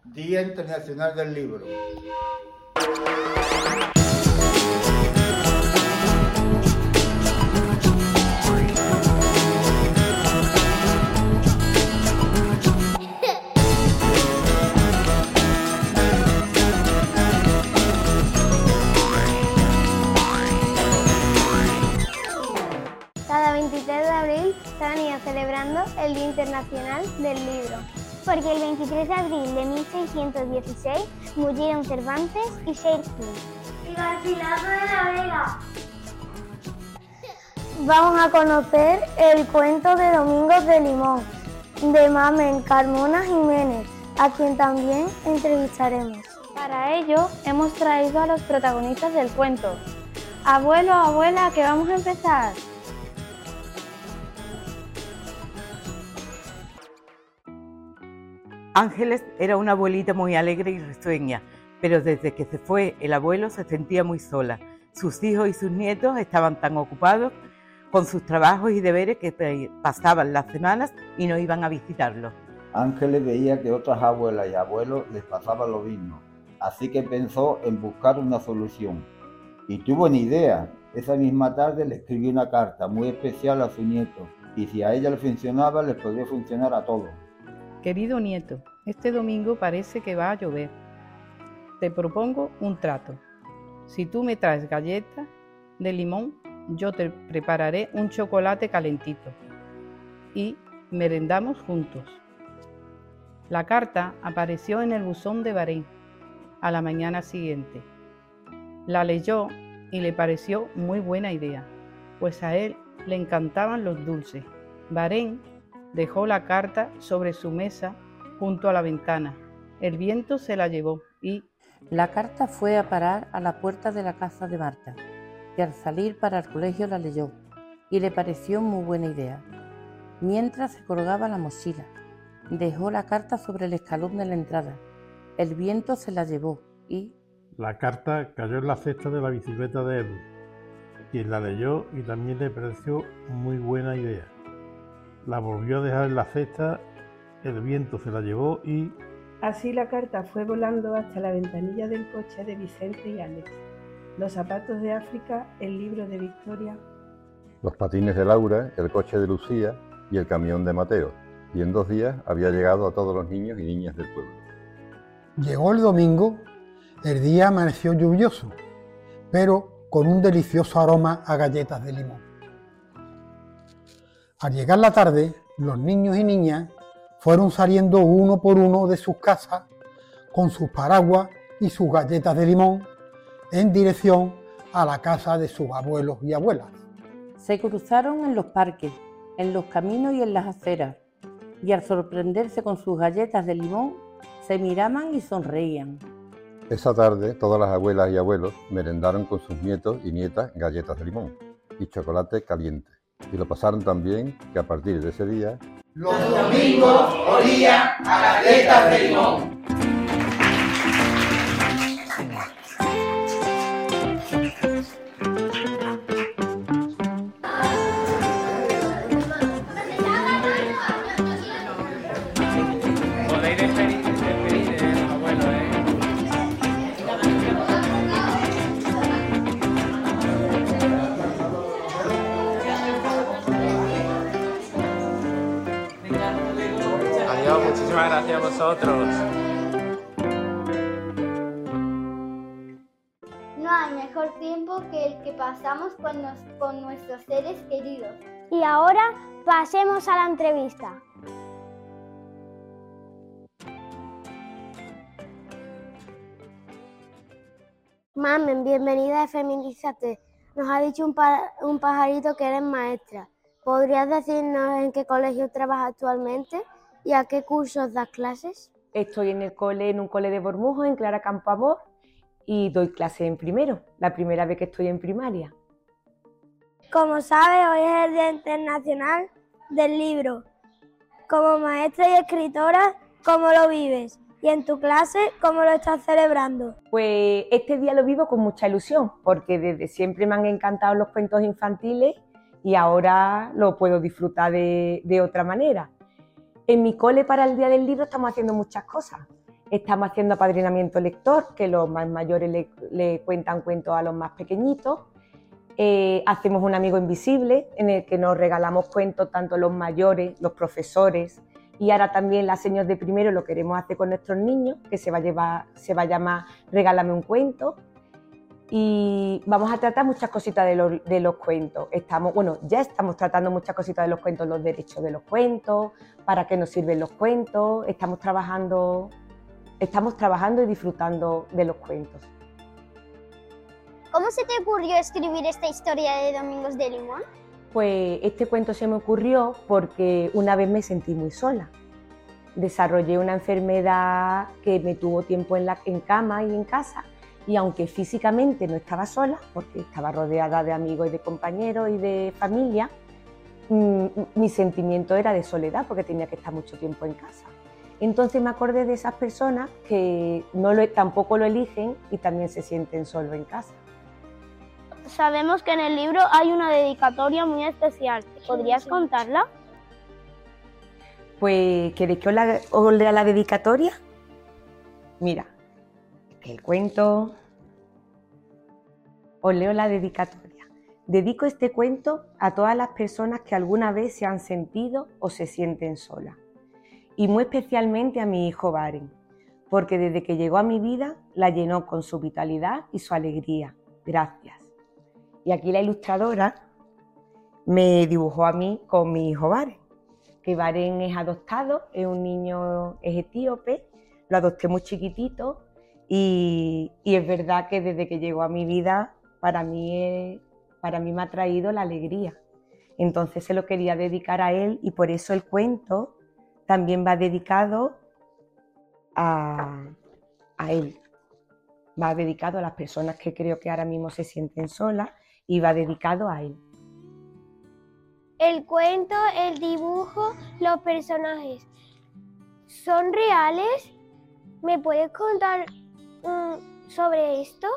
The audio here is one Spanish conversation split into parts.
Día Internacional del Libro. Cada 23 de abril se han ido celebrando el Día Internacional del Libro, porque el 23 de abril de 1616 murieron Cervantes y Shakespeare. ¡Y Garcilaso de la Vega! Vamos a conocer el cuento de Domingos de Limón, de Mamen Carmona Jiménez, a quien también entrevistaremos. Para ello, hemos traído a los protagonistas del cuento. Abuelo, abuela, que vamos a empezar. Ángeles era una abuelita muy alegre y risueña, pero desde que se fue el abuelo se sentía muy sola. Sus hijos y sus nietos estaban tan ocupados con sus trabajos y deberes que pasaban las semanas y no iban a visitarlo. Ángeles veía que otras abuelas y abuelos les pasaba lo mismo, así que pensó en buscar una solución. Y tuvo una idea. Esa misma tarde le escribió una carta muy especial a su nieto, y si a ella le funcionaba, les podría funcionar a todos. Querido nieto, este domingo parece que va a llover. Te propongo un trato. Si tú me traes galletas de limón, yo te prepararé un chocolate calentito y merendamos juntos. La carta apareció en el buzón de Barén a la mañana siguiente. La leyó y le pareció muy buena idea, pues a él le encantaban los dulces. Barén dejó la carta sobre su mesa junto a la ventana. El viento se la llevó y la carta fue a parar a la puerta de la casa de Marta, que al salir para el colegio la leyó y le pareció muy buena idea. Mientras se colgaba la mochila, dejó la carta sobre el escalón de la entrada. El viento se la llevó y la carta cayó en la cesta de la bicicleta de Edu, quien la leyó y también le pareció muy buena idea. La volvió a dejar en la cesta, el viento se la llevó y así la carta fue volando hasta la ventanilla del coche de Vicente y Alex, los zapatos de África, el libro de Victoria, los patines de Laura, el coche de Lucía y el camión de Mateo, y en 2 días había llegado a todos los niños y niñas del pueblo. Llegó el domingo, el día amaneció lluvioso, pero con un delicioso aroma a galletas de limón. Al llegar la tarde, los niños y niñas fueron saliendo uno por uno de sus casas con sus paraguas y sus galletas de limón en dirección a la casa de sus abuelos y abuelas. Se cruzaron en los parques, en los caminos y en las aceras, y al sorprenderse con sus galletas de limón, se miraban y sonreían. Esa tarde, todas las abuelas y abuelos merendaron con sus nietos y nietas galletas de limón y chocolate caliente. Y lo pasaron tan bien que a partir de ese día los domingos olían a galletas de limón. Podéis despedir abuelo, Adiós, muchísimas gracias a vosotros. No hay mejor tiempo que el que pasamos con nuestros seres queridos. Y ahora pasemos a la entrevista. Mamen, bienvenida a Feminizate. Nos ha dicho un pajarito que eres maestra. ¿Podrías decirnos en qué colegio trabajas actualmente y a qué cursos das clases? Estoy en un cole de Bormujos, en Clara Campoamor, y doy clases en primero, la primera vez que estoy en primaria. Como sabes, hoy es el Día Internacional del Libro. Como maestra y escritora, ¿cómo lo vives? Y en tu clase, ¿cómo lo estás celebrando? Pues este día lo vivo con mucha ilusión, porque desde siempre me han encantado los cuentos infantiles y ahora lo puedo disfrutar de otra manera. En mi cole para el Día del Libro estamos haciendo muchas cosas. Estamos haciendo apadrinamiento lector, que los más mayores le cuentan cuentos a los más pequeñitos. Hacemos un amigo invisible en el que nos regalamos cuentos tanto los mayores, los profesores, y ahora también las señoras de primero lo queremos hacer con nuestros niños, que se va a llamar Regálame un cuento. Y vamos a tratar muchas cositas de los cuentos. Ya estamos tratando muchas cositas de los cuentos, los derechos de los cuentos, para qué nos sirven los cuentos. Estamos trabajando y disfrutando de los cuentos. ¿Cómo se te ocurrió escribir esta historia de Domingos de Limón? Pues este cuento se me ocurrió porque una vez me sentí muy sola. Desarrollé una enfermedad que me tuvo tiempo en cama y en casa, y aunque físicamente no estaba sola, porque estaba rodeada de amigos y de compañeros y de familia, mi sentimiento era de soledad porque tenía que estar mucho tiempo en casa. Entonces me acordé de esas personas que tampoco lo eligen y también se sienten solos en casa. Sabemos que en el libro hay una dedicatoria muy especial. ¿Podrías contarla? Pues, ¿queréis que os lea la dedicatoria? Mira, el cuento... Os leo la dedicatoria. Dedico este cuento a todas las personas que alguna vez se han sentido o se sienten solas. Y muy especialmente a mi hijo Baren, porque desde que llegó a mi vida la llenó con su vitalidad y su alegría. Gracias. Y aquí la ilustradora me dibujó a mí con mi hijo Baren, que Baren es adoptado, es un niño, es etíope, lo adopté muy chiquitito y es verdad que desde que llegó a mi vida para mí me ha traído la alegría. Entonces se lo quería dedicar a él y por eso el cuento también va dedicado a él. Va dedicado a las personas que creo que ahora mismo se sienten solas y va dedicado a él. El cuento, el dibujo, los personajes, ¿son reales? ¿Me puedes contar sobre esto?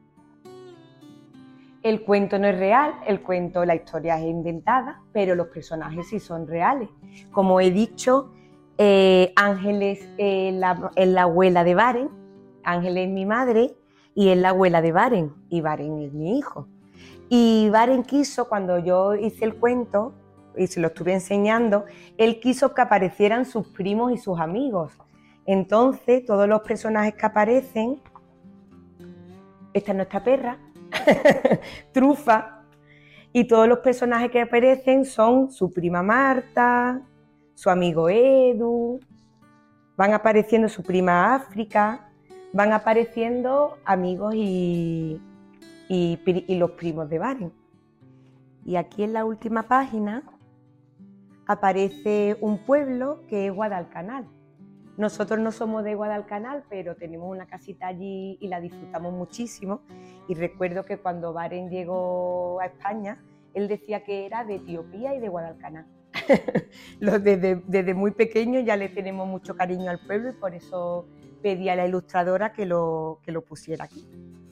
El cuento no es real, la historia es inventada, pero los personajes sí son reales. Como he dicho, Ángeles es la abuela de Baren, Ángeles es mi madre y es la abuela de Baren, y Baren es mi hijo. Y Baren quiso, cuando yo hice el cuento y se lo estuve enseñando, él quiso que aparecieran sus primos y sus amigos. Entonces, todos los personajes que aparecen, esta es nuestra perra, Trufa, y todos los personajes que aparecen son su prima Marta, su amigo Edu, van apareciendo su prima África, van apareciendo amigos y los primos de Baren. Y aquí en la última página aparece un pueblo que es Guadalcanal. Nosotros no somos de Guadalcanal, pero tenemos una casita allí y la disfrutamos muchísimo. Y recuerdo que cuando Baren llegó a España, él decía que era de Etiopía y de Guadalcanal. Desde muy pequeño ya le tenemos mucho cariño al pueblo y por eso pedí a la ilustradora que lo pusiera aquí.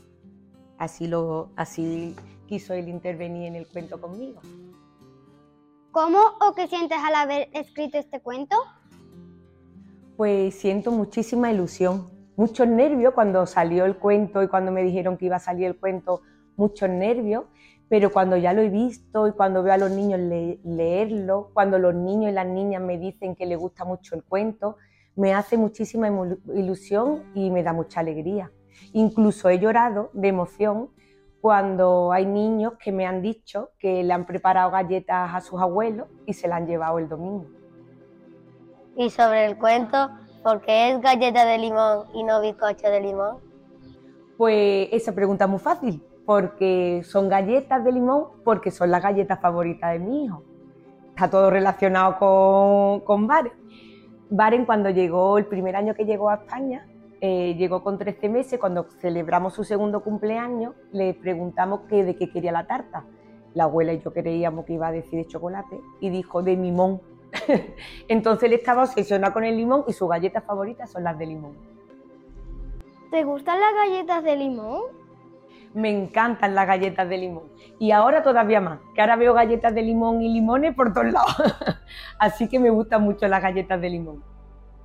Así quiso él intervenir en el cuento conmigo. ¿Cómo o qué sientes al haber escrito este cuento? Pues siento muchísima ilusión, muchos nervios cuando salió el cuento y cuando me dijeron que iba a salir el cuento, muchos nervios, pero cuando ya lo he visto y cuando veo a los niños leerlo, cuando los niños y las niñas me dicen que les gusta mucho el cuento, me hace muchísima ilusión y me da mucha alegría. Incluso he llorado de emoción cuando hay niños que me han dicho que le han preparado galletas a sus abuelos y se las han llevado el domingo. Y sobre el cuento, ¿por qué es galleta de limón y no bizcocho de limón? Pues esa pregunta es muy fácil, porque son galletas de limón, porque son las galletas favoritas de mi hijo. Está todo relacionado con Baren. Baren, cuando llegó, el primer año que llegó a España, llegó con 13 meses, cuando celebramos su segundo cumpleaños, le preguntamos de qué quería la tarta. La abuela y yo creíamos que iba a decir de chocolate y dijo de limón. Entonces él estaba obsesionado con el limón y sus galletas favoritas son las de limón. ¿Te gustan las galletas de limón? Me encantan las galletas de limón y ahora todavía más, que ahora veo galletas de limón y limones por todos lados. Así que me gustan mucho las galletas de limón.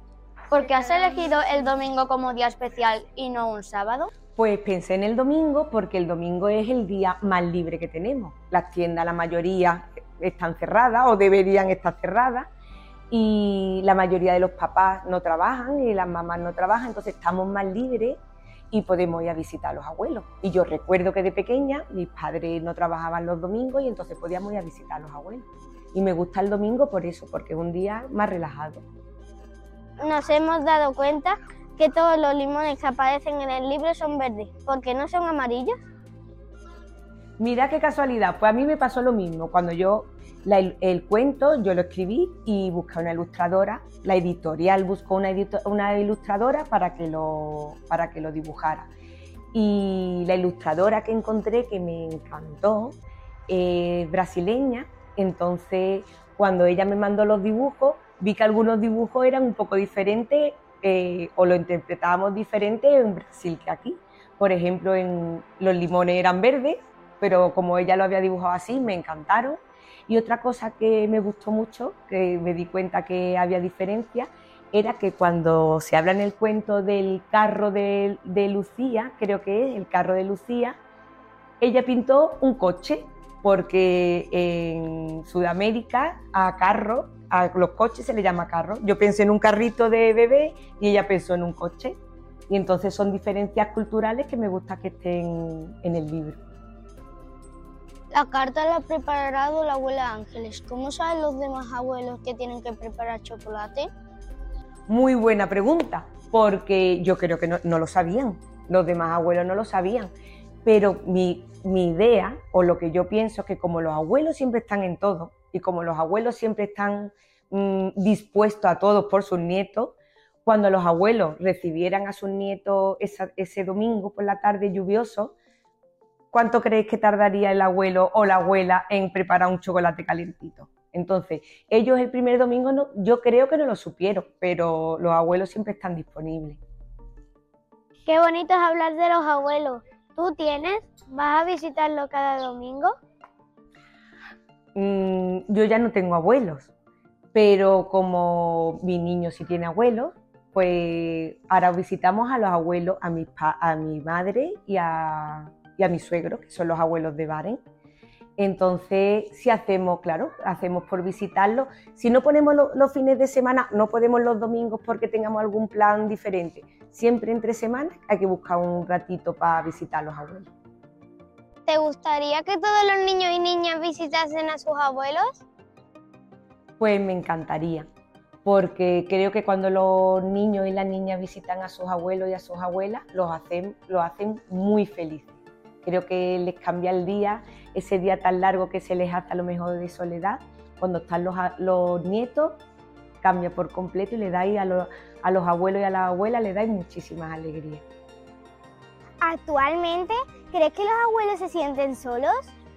¿Por qué has elegido el domingo como día especial y no un sábado? Pues pensé en el domingo porque el domingo es el día más libre que tenemos. Las tiendas, la mayoría están cerradas o deberían estar cerradas y la mayoría de los papás no trabajan y las mamás no trabajan, entonces estamos más libres y podemos ir a visitar a los abuelos. Y yo recuerdo que de pequeña mis padres no trabajaban los domingos y entonces podíamos ir a visitar a los abuelos. Y me gusta el domingo por eso, porque es un día más relajado. Nos hemos dado cuenta que todos los limones que aparecen en el libro son verdes. ¿Por qué no son amarillos? Mira qué casualidad, pues a mí me pasó lo mismo. Cuando el cuento yo lo escribí y busqué una ilustradora, la editorial buscó una ilustradora para que lo dibujara. Y la ilustradora que encontré, que me encantó, brasileña, entonces cuando ella me mandó los dibujos, vi que algunos dibujos eran un poco diferentes o lo interpretábamos diferente en Brasil que aquí. Por ejemplo, los limones eran verdes, pero como ella lo había dibujado así, me encantaron. Y otra cosa que me gustó mucho, que me di cuenta que había diferencia, era que cuando se habla en el cuento del carro de Lucía, creo que es el carro de Lucía, ella pintó un coche, porque en Sudamérica a los coches se le llama carro. Yo pensé en un carrito de bebé y ella pensó en un coche. Y entonces son diferencias culturales que me gusta que estén en el libro. La carta la ha preparado la abuela Ángeles. ¿Cómo saben los demás abuelos que tienen que preparar chocolate? Muy buena pregunta, porque yo creo que no lo sabían. Los demás abuelos no lo sabían. Pero mi idea, o lo que yo pienso, es que como los abuelos siempre están en todo, y como los abuelos siempre están dispuestos a todos por sus nietos, cuando los abuelos recibieran a sus nietos ese domingo por la tarde lluvioso, ¿cuánto creéis que tardaría el abuelo o la abuela en preparar un chocolate calentito? Entonces, ellos el primer domingo yo creo que no lo supieron, pero los abuelos siempre están disponibles. Qué bonito es hablar de los abuelos. ¿Tú tienes? ¿Vas a visitarlo cada domingo? Yo ya no tengo abuelos, pero como mi niño sí tiene abuelos, pues ahora visitamos a los abuelos, a mi madre y a mi suegro, que son los abuelos de Baren. Entonces, si hacemos por visitarlos. Si no ponemos los fines de semana, no podemos los domingos porque tengamos algún plan diferente. Siempre entre semanas hay que buscar un ratito para visitar a los abuelos. ¿Te gustaría que todos los niños y niñas visitasen a sus abuelos? Pues me encantaría, porque creo que cuando los niños y las niñas visitan a sus abuelos y a sus abuelas, los hacen muy felices. Creo que les cambia el día, ese día tan largo que se les hace a lo mejor de soledad. Cuando están los nietos, cambia por completo y le dais a los abuelos y a las abuelas le dais muchísimas alegrías. ¿Actualmente crees que los abuelos se sienten solos?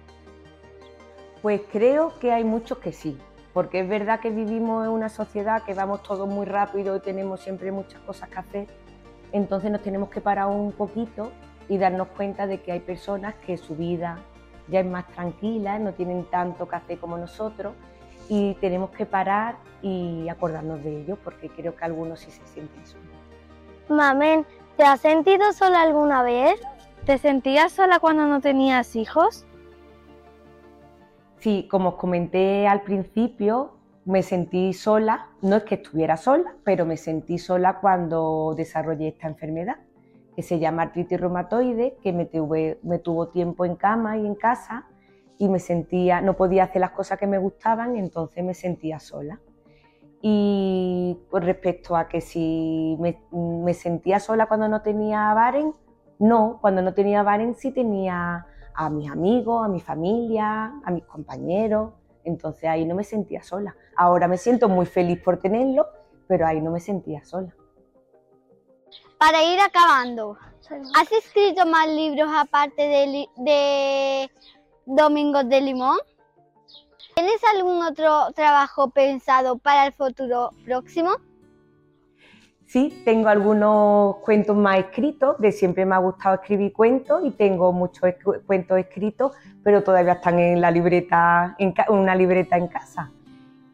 Pues creo que hay muchos que sí, porque es verdad que vivimos en una sociedad que vamos todos muy rápido y tenemos siempre muchas cosas que hacer, entonces nos tenemos que parar un poquito y darnos cuenta de que hay personas que su vida ya es más tranquila, no tienen tanto que hacer como nosotros y tenemos que parar y acordarnos de ellos porque creo que algunos sí se sienten solos. Mamen, ¿te has sentido sola alguna vez? ¿Te sentías sola cuando no tenías hijos? Sí, como os comenté al principio, me sentí sola, no es que estuviera sola, pero me sentí sola cuando desarrollé esta enfermedad, que se llama artritis reumatoide, que me tuvo tiempo en cama y en casa y no podía hacer las cosas que me gustaban, entonces me sentía sola. Y con respecto a que si me sentía sola cuando no tenía a Baren, no, cuando no tenía a Baren sí tenía a mis amigos, a mi familia, a mis compañeros, entonces ahí no me sentía sola. Ahora me siento muy feliz por tenerlo, pero ahí no me sentía sola. Para ir acabando, ¿has escrito más libros aparte de Domingos de Limón? ¿Tienes algún otro trabajo pensado para el futuro próximo? Sí, tengo algunos cuentos más escritos, siempre me ha gustado escribir cuentos y tengo muchos cuentos escritos, pero todavía están en la libreta, en una libreta en casa.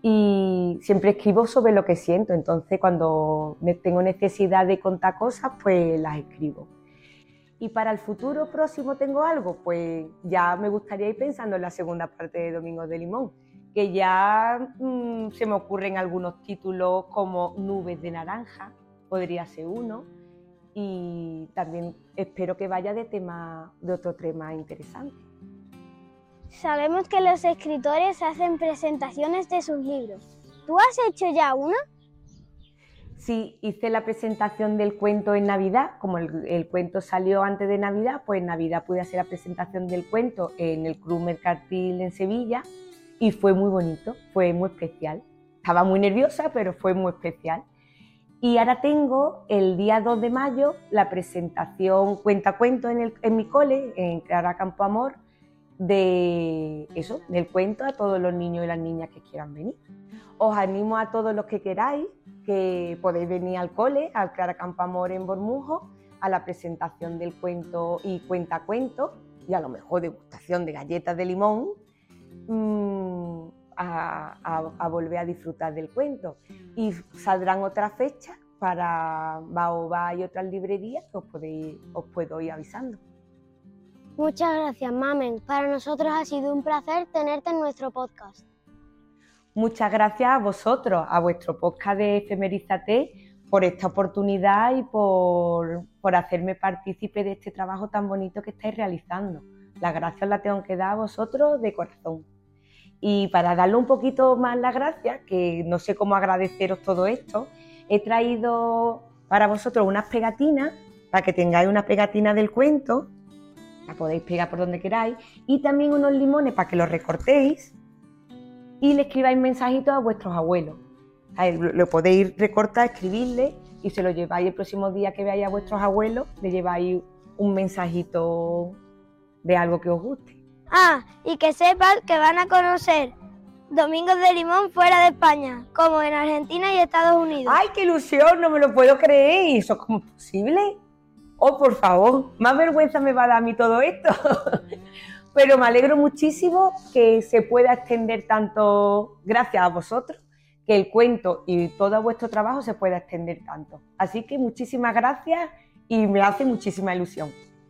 y siempre escribo sobre lo que siento, entonces cuando tengo necesidad de contar cosas, pues las escribo. Y para el futuro próximo tengo algo, pues ya me gustaría ir pensando en la segunda parte de Domingos de Limón, que ya se me ocurren algunos títulos como Nubes de naranja, podría ser uno, y también espero que vaya de otro tema interesante. Sabemos que los escritores hacen presentaciones de sus libros. ¿Tú has hecho ya una? Sí, hice la presentación del cuento en Navidad. Como el cuento salió antes de Navidad, pues en Navidad pude hacer la presentación del cuento en el Club Mercantil en Sevilla y fue muy bonito, fue muy especial. Estaba muy nerviosa, pero fue muy especial. Y ahora tengo el día 2 de mayo la presentación Cuentacuentos en mi cole, en Clara Campoamor, del cuento a todos los niños y las niñas que quieran venir. Os animo a todos los que queráis, que podéis venir al cole, al Clara Campoamor en Bormujo, a la presentación del cuento y cuentacuentos, y a lo mejor degustación de galletas de limón, a volver a disfrutar del cuento. Y saldrán otras fechas para Baobab y otras librerías que os puedo ir avisando. Muchas gracias, Mamen. Para nosotros ha sido un placer tenerte en nuestro podcast. Muchas gracias a vosotros, a vuestro podcast de Efemerízate, por esta oportunidad y por hacerme partícipe de este trabajo tan bonito que estáis realizando. Las gracias las tengo que dar a vosotros de corazón. Y para darle un poquito más las gracias, que no sé cómo agradeceros todo esto, he traído para vosotros unas pegatinas, para que tengáis una pegatina del cuento, la podéis pegar por donde queráis, y también unos limones para que los recortéis y le escribáis mensajitos a vuestros abuelos. Lo podéis recortar, escribirle y se lo lleváis el próximo día que veáis a vuestros abuelos, le lleváis un mensajito de algo que os guste. Y que sepan que van a conocer Domingos de Limón fuera de España, como en Argentina y Estados Unidos. ¡Ay, qué ilusión! No me lo puedo creer. ¿Eso cómo es posible? Oh, por favor, más vergüenza me va a dar a mí todo esto. Pero me alegro muchísimo que se pueda extender tanto, gracias a vosotros, que el cuento y todo vuestro trabajo se pueda extender tanto. Así que muchísimas gracias y me hace muchísima ilusión.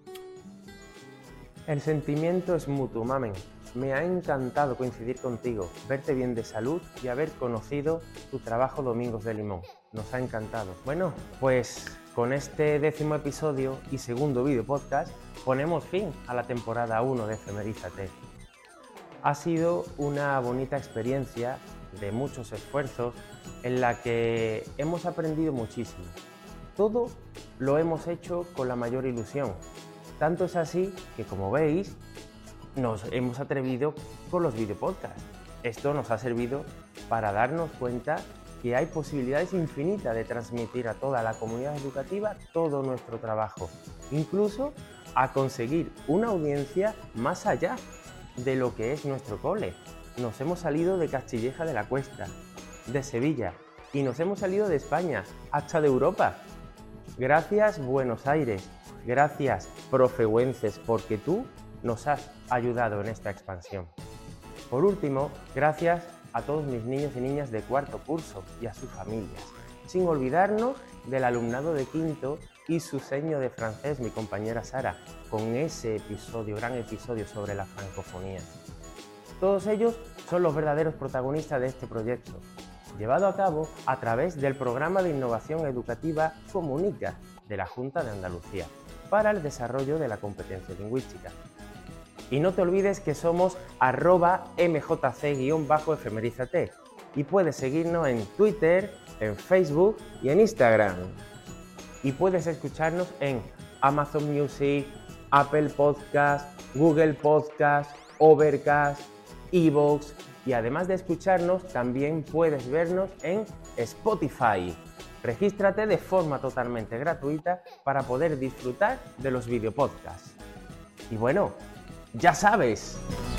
El sentimiento es mutuo, Mamen. Me ha encantado coincidir contigo, verte bien de salud y haber conocido tu trabajo Domingos de Limón. Nos ha encantado. Bueno, pues con este 10º episodio y segundo vídeo podcast ponemos fin a la temporada 1 de Efemerízate. Ha sido una bonita experiencia de muchos esfuerzos en la que hemos aprendido muchísimo. Todo lo hemos hecho con la mayor ilusión. Tanto es así que, como veis, nos hemos atrevido con los videopodcasts. Esto nos ha servido para darnos cuenta que hay posibilidades infinitas de transmitir a toda la comunidad educativa todo nuestro trabajo, incluso a conseguir una audiencia más allá de lo que es nuestro cole. Nos hemos salido de Castilleja de la Cuesta, de Sevilla, y nos hemos salido de España, hasta de Europa. Gracias, Buenos Aires. Gracias, profehuenses, porque tú nos has ayudado en esta expansión. Por último, gracias a todos mis niños y niñas de cuarto curso y a sus familias, sin olvidarnos del alumnado de quinto y su seño de francés, mi compañera Sara, con ese gran episodio sobre la francofonía. Todos ellos son los verdaderos protagonistas de este proyecto, llevado a cabo a través del Programa de Innovación Educativa Comunica de la Junta de Andalucía para el desarrollo de la competencia lingüística. Y no te olvides que somos @mjc_efemerízate y puedes seguirnos en Twitter, en Facebook y en Instagram. Y puedes escucharnos en Amazon Music, Apple Podcast, Google Podcast, Overcast, iVoox, y además de escucharnos también puedes vernos en Spotify. Regístrate de forma totalmente gratuita para poder disfrutar de los videopodcasts. Y bueno, ya sabes,